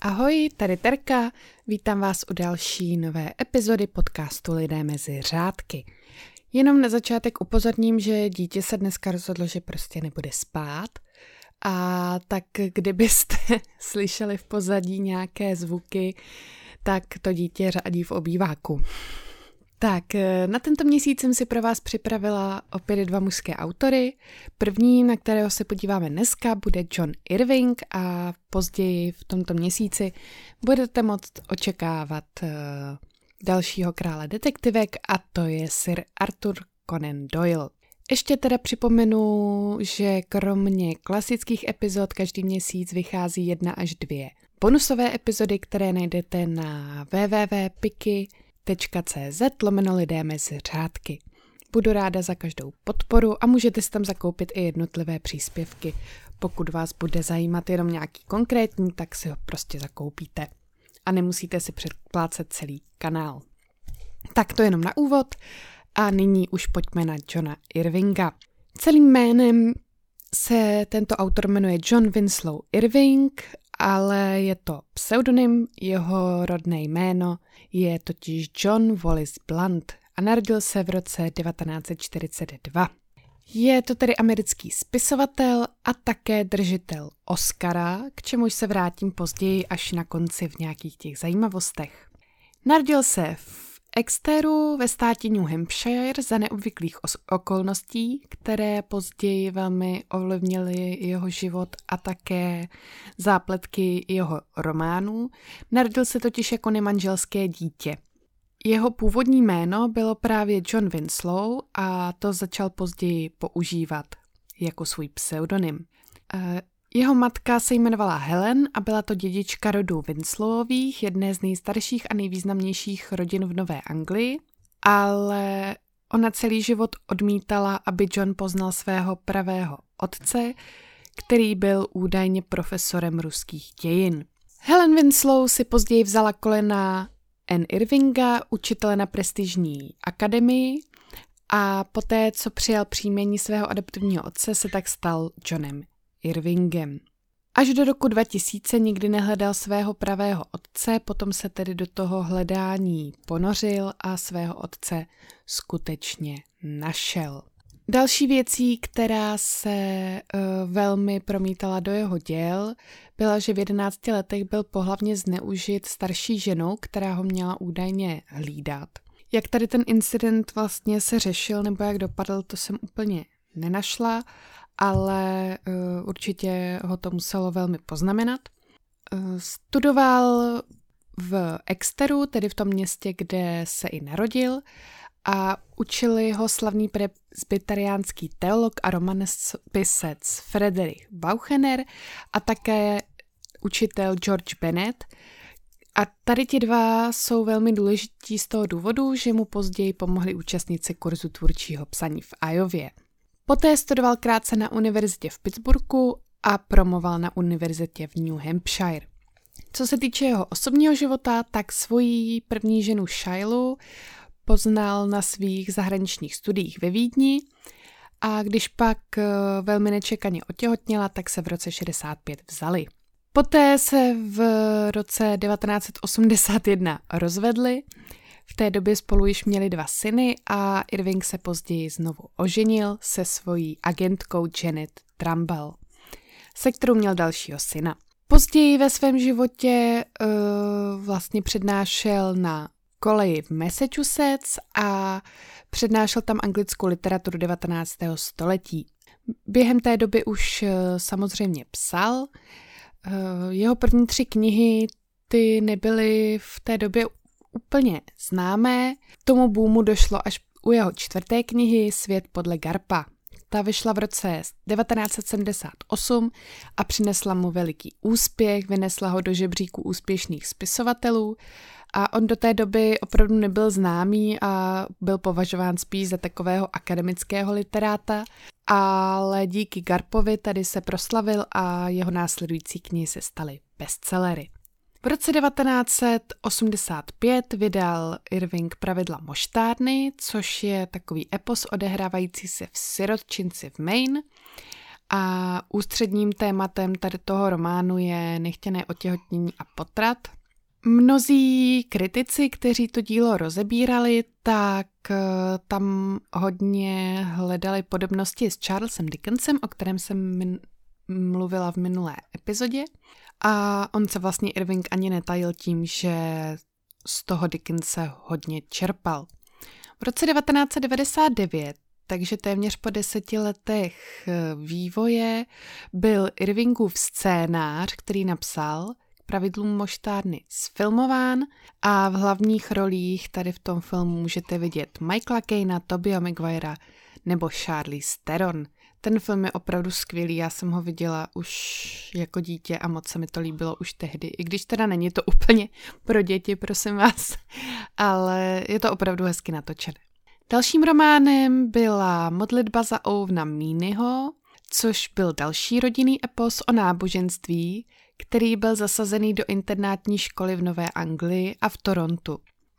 Ahoj, tady Terka, vítám vás u další nové epizody podcastu Lidé mezi řádky. Jenom na začátek upozorním, že dítě se dneska rozhodlo, že prostě nebude spát, a tak kdybyste slyšeli v pozadí nějaké zvuky, tak to dítě řádí v obýváku. Tak, na tento měsíc jsem si pro vás připravila opět 2 mužské autory. První, na kterého se podíváme dneska, bude John Irving a později v tomto měsíci budete moct očekávat dalšího krále detektivek a to je Sir Arthur Conan Doyle. Ještě teda připomenu, že kromě klasických epizod každý měsíc vychází 1 až 2 bonusové epizody, které najdete na www.piki.cz/lidé mezi řádky. Budu ráda za každou podporu a můžete si tam zakoupit i jednotlivé příspěvky. Pokud vás bude zajímat jenom nějaký konkrétní, tak si ho prostě zakoupíte. A nemusíte si předplácet celý kanál. Tak to jenom na úvod a nyní už pojďme na Johna Irvinga. Celým jménem se tento autor jmenuje John Winslow Irving, ale je to pseudonym, jeho rodné jméno je totiž John Wallis Blunt a narodil se v roce 1942. Je to tedy americký spisovatel a také držitel Oscara, k čemuž se vrátím později až na konci v nějakých těch zajímavostech. Narodil se v Exeteru ve státě New Hampshire za neobvyklých okolností, které později velmi ovlivnily jeho život a také zápletky jeho románů. Narodil se totiž jako nemanželské dítě. Jeho původní jméno bylo právě John Winslow a to začal později používat jako svůj pseudonym. Jeho matka se jmenovala Helen a byla to dědička rodu Winslowových, jedné z nejstarších a nejvýznamnějších rodin v Nové Anglii, ale ona celý život odmítala, aby John poznal svého pravého otce, který byl údajně profesorem ruských dějin. Helen Winslow si později vzala kolena Anne Irvinga, učitele na prestižní akademii, a poté, co přijal příjmení svého adoptivního otce, se tak stal Johnem Irvingem. Až do roku 2000 nikdy nehledal svého pravého otce, potom se tedy do toho hledání ponořil a svého otce skutečně našel. Další věcí, která se velmi promítala do jeho děl, byla, že v 11 letech byl pohlavně zneužit starší ženou, která ho měla údajně hlídat. Jak tady ten incident vlastně se řešil nebo jak dopadl, to jsem úplně nenašla, ale určitě ho to muselo velmi poznamenat. Studoval v Exeteru, tedy v tom městě, kde se i narodil, a učili ho slavný presbyteriánský teolog a romanpisec Friedrich Buchner a také učitel George Bennett. A tady ti dva jsou velmi důležití z toho důvodu, že mu později pomohli účastnit se kurzu tvůrčího psaní v Iově. Poté studoval krátce na univerzitě v Pittsburghu a promoval na univerzitě v New Hampshire. Co se týče jeho osobního života, tak svoji první ženu Shailu poznal na svých zahraničních studiích ve Vídni a když pak velmi nečekaně otěhotněla, tak se v roce 65 vzali. Poté se v roce 1981 rozvedli. V té době spolu již měli 2 syny a Irving se později znovu oženil se svojí agentkou Janet Trumbull, se kterou měl dalšího syna. Později ve svém životě vlastně přednášel na koleji v Massachusetts a přednášel tam anglickou literaturu 19. století. Během té doby už samozřejmě psal. Jeho první 3 knihy ty nebyly v té době úplně známé. K tomu boomu došlo až u jeho 4. knihy Svět podle Garpa. Ta vyšla v roce 1978 a přinesla mu veliký úspěch, vynesla ho do žebříku úspěšných spisovatelů a on do té doby opravdu nebyl známý a byl považován spíš za takového akademického literáta, ale díky Garpovi tady se proslavil a jeho následující knihy se staly bestsellery. V roce 1985 vydal Irving Pravidla moštárny, což je takový epos odehrávající se v sirotčinci v Maine. A ústředním tématem tady toho románu je nechtěné otěhotnění a potrat. Mnozí kritici, kteří to dílo rozebírali, tak tam hodně hledali podobnosti s Charlesem Dickensem, o kterém jsem mluvila v minulé epizodě. A on se vlastně Irving ani netajil tím, že z toho Dickense hodně čerpal. V roce 1999, takže téměř po 10 letech vývoje, byl Irvingův scénář, který napsal, k pravidlům moštárny zfilmován a v hlavních rolích tady v tom filmu můžete vidět Michaela Caina, Tobeyho Maguirea nebo Charlize Theron. Ten film je opravdu skvělý, já jsem ho viděla už jako dítě a moc se mi to líbilo už tehdy, i když teda není to úplně pro děti, prosím vás, ale je to opravdu hezky natočené. Dalším románem byla Modlitba za Ovna Meeneyho, což byl další rodinný epos o náboženství, který byl zasazený do internátní školy v Nové Anglii a v Torontu.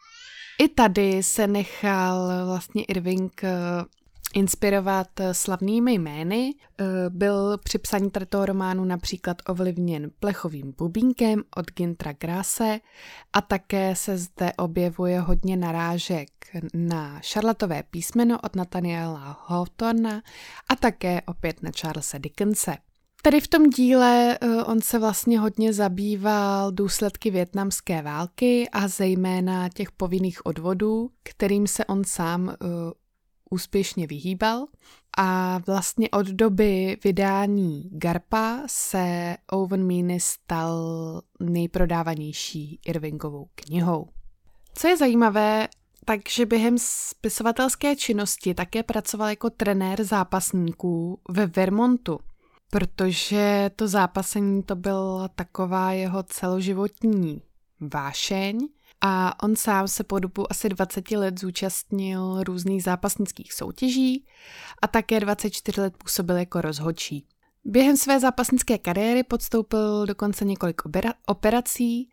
I tady se nechal vlastně Irving inspirovat slavnými jmény. Byl při psaní toho románu například ovlivněn Plechovým bubínkem od Günthera Grasse a také se zde objevuje hodně narážek na Šarlatové písmeno od Nathaniela Hawthorna a také opět na Charlese Dickense. Tady v tom díle on se vlastně hodně zabýval důsledky vietnamské války a zejména těch povinných odvodů, kterým se on sám úspěšně vyhýbal. A vlastně od doby vydání Garpa se Owen Meany stal nejprodávanější Irvingovou knihou. Co je zajímavé, takže během spisovatelské činnosti také pracoval jako trenér zápasníků ve Vermontu, protože to zápasení to byla taková jeho celoživotní vášeň a on sám se po dobu asi 20 let zúčastnil různých zápasnických soutěží a také 24 let působil jako rozhodčí. Během své zápasnické kariéry podstoupil dokonce několik operací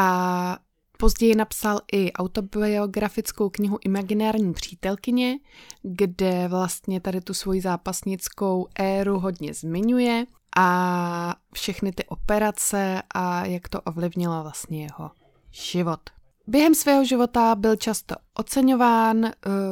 a později napsal i autobiografickou knihu Imaginární přítelkyně, kde vlastně tady tu svoji zápasnickou éru hodně zmiňuje a všechny ty operace a jak to ovlivnilo vlastně jeho život. Během svého života byl často oceňován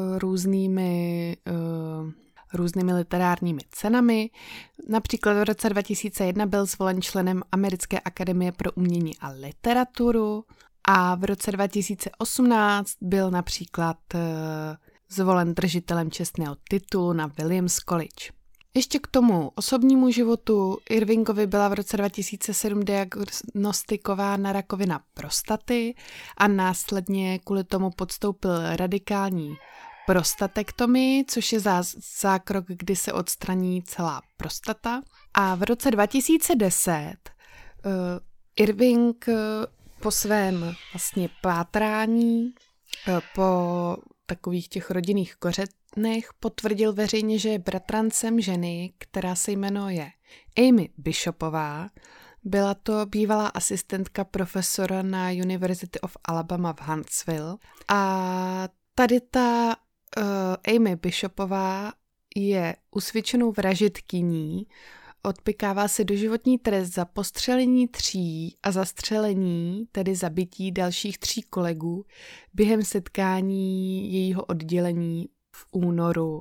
různými literárními cenami. Například v roce 2001 byl zvolen členem Americké akademie pro umění a literaturu a v roce 2018 byl například zvolen držitelem čestného titulu na Williams College. Ještě k tomu osobnímu životu Irvingovi byla v roce 2007 diagnostikována rakovina prostaty a následně kvůli tomu podstoupil radikální prostatektomii, což je zákrok, kdy se odstraní celá prostata. A v roce 2010 Irving po svém vlastně pátrání, po takových těch rodinných kořenech potvrdil veřejně, že je bratrancem ženy, která se jmenuje Amy Bishopová. Byla to bývalá asistentka profesora na University of Alabama v Huntsville. A tady ta Amy Bishopová je usvědčenou vražedkyní, odpykává se doživotní trest za postřelení 3 a zastřelení, tedy zabití dalších 3 kolegů během setkání jejího oddělení v únoru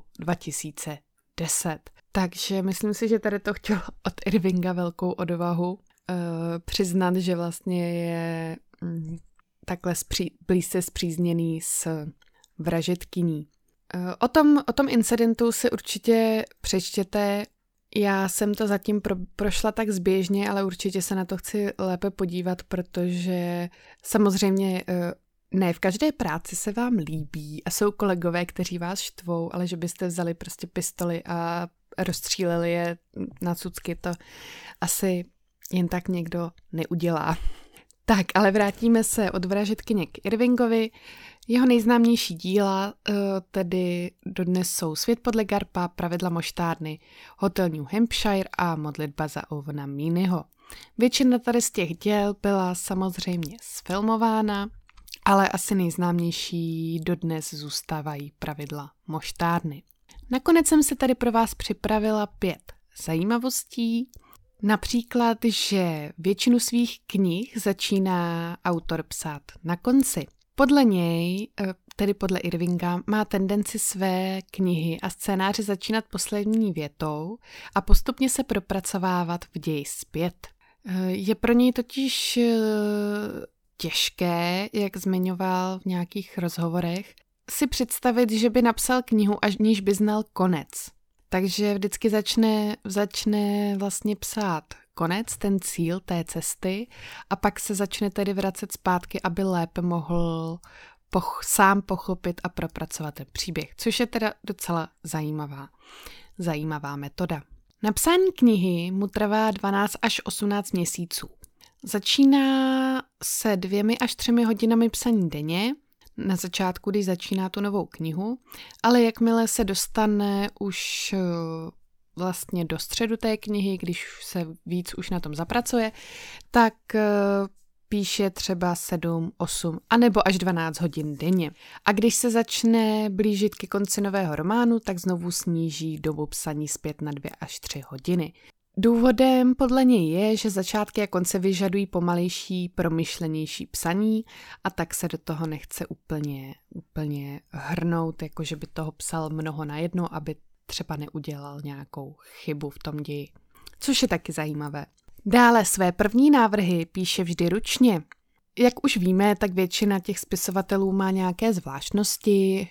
2010. Takže myslím si, že tady to chtělo od Irvinga velkou odvahu přiznat, že vlastně je takhle blízce spřízněný s vražedkyní. O tom incidentu si určitě přečtěte. Já jsem to zatím prošla tak zběžně, ale určitě se na to chci lépe podívat, protože samozřejmě ne v každé práci se vám líbí a jsou kolegové, kteří vás štvou, ale že byste vzali prostě pistoli a rozstříleli je na cucky, to asi jen tak někdo neudělá. Tak, ale vrátíme se od vražedkyně k Irvingovi. Jeho nejznámější díla tedy dodnes jsou Svět podle Garpa, Pravidla moštárny, Hotel New Hampshire a Modlitba za Ovna Meeneyho. Většina tady z těch děl byla samozřejmě sfilmována, ale asi nejznámější dodnes zůstávají Pravidla moštárny. Nakonec jsem si tady pro vás připravila 5 zajímavostí. Například, že většinu svých knih začíná autor psát na konci. Podle něj, tedy podle Irvinga, má tendenci své knihy a scénáře začínat poslední větou a postupně se propracovávat v ději zpět. Je pro něj totiž těžké, jak zmiňoval v nějakých rozhovorech, si představit, že by napsal knihu, aniž by znal konec. Takže vždycky začne vlastně psát konec, ten cíl té cesty a pak se začne tedy vracet zpátky, aby lépe mohl sám pochopit a propracovat ten příběh, což je teda docela zajímavá metoda. Napsání knihy mu trvá 12 až 18 měsíců. Začíná se 2 až 3 hodinami psaní denně, na začátku, když začíná tu novou knihu, ale jakmile se dostane už vlastně do středu té knihy, když se víc už na tom zapracuje, tak píše třeba 7, 8 anebo až 12 hodin denně. A když se začne blížit ke konci nového románu, tak znovu sníží dobu psaní zpět na 2 až 3 hodiny. Důvodem podle něj je, že začátky a konce vyžadují pomalejší, promyšlenější psaní a tak se do toho nechce úplně hrnout, jakože by toho psal mnoho najednou, aby třeba neudělal nějakou chybu v tom ději. Což je taky zajímavé. Dále své první návrhy píše vždy ručně. Jak už víme, tak většina těch spisovatelů má nějaké zvláštnosti,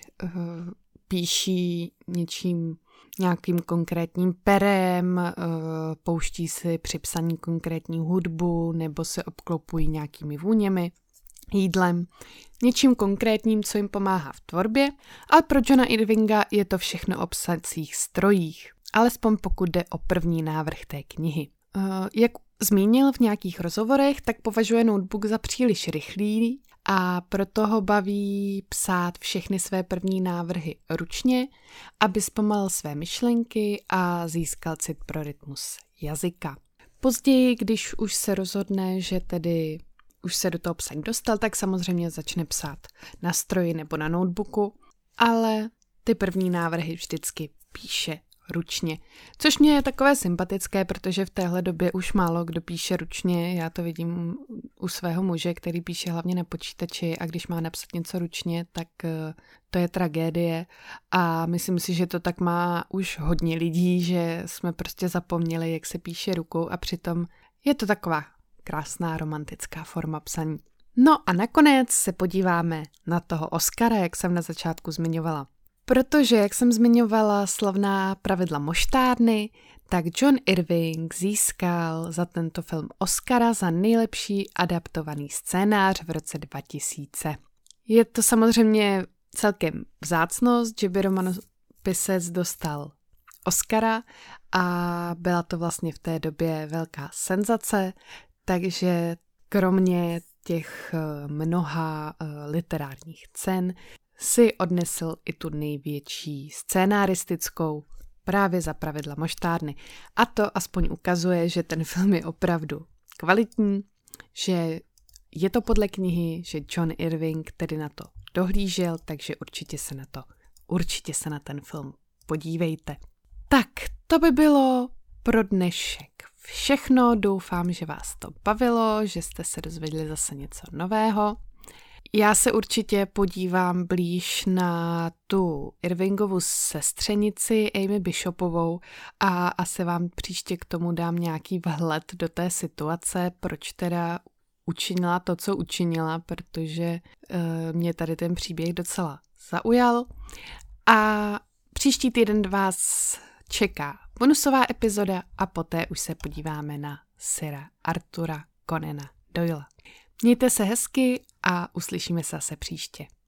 píší nějakým konkrétním perem, pouští si při psaní konkrétní hudbu nebo se obklopují nějakými vůněmi, jídlem, něčím konkrétním, co jim pomáhá v tvorbě, ale pro Johna Irvinga je to všechno o psacích strojích, alespoň pokud jde o první návrh té knihy. Jak zmínil v nějakých rozhovorech, tak považuje notebook za příliš rychlý a proto ho baví psát všechny své první návrhy ručně, aby zpomalil své myšlenky a získal cit pro rytmus jazyka. Později, když už se rozhodne, že tedy už se do toho psaní dostal, tak samozřejmě začne psát na stroji nebo na notebooku, ale ty první návrhy vždycky píše ručně. Což mě je takové sympatické, protože v téhle době už málo kdo píše ručně. Já to vidím u svého muže, který píše hlavně na počítači a když má napsat něco ručně, tak to je tragédie a myslím si, že to tak má už hodně lidí, že jsme prostě zapomněli, jak se píše rukou a přitom je to taková krásná romantická forma psaní. No a nakonec se podíváme na toho Oscara, jak jsem na začátku zmiňovala. Protože, jak jsem zmiňovala slavná pravidla moštárny, tak John Irving získal za tento film Oscara za nejlepší adaptovaný scénář v roce 2000. Je to samozřejmě celkem vzácnost, že by romanopisec dostal Oscara a byla to vlastně v té době velká senzace, takže kromě těch mnoha literárních cen si odnesl i tu největší scénaristickou právě za pravidla moštárny. A to aspoň ukazuje, že ten film je opravdu kvalitní, že je to podle knihy, že John Irving tedy na to dohlížel, takže určitě se na ten film podívejte. Tak, to by bylo pro dnešek všechno. Doufám, že vás to bavilo, že jste se dozvěděli zase něco nového. Já se určitě podívám blíž na tu Irvingovu sestřenici Amy Bishopovou a asi vám příště k tomu dám nějaký vhled do té situace, proč teda učinila to, co učinila, protože mě tady ten příběh docela zaujal. A příští týden vás čeká bonusová epizoda a poté už se podíváme na Sira Artura Conana Doylea. Mějte se hezky a uslyšíme se zase příště.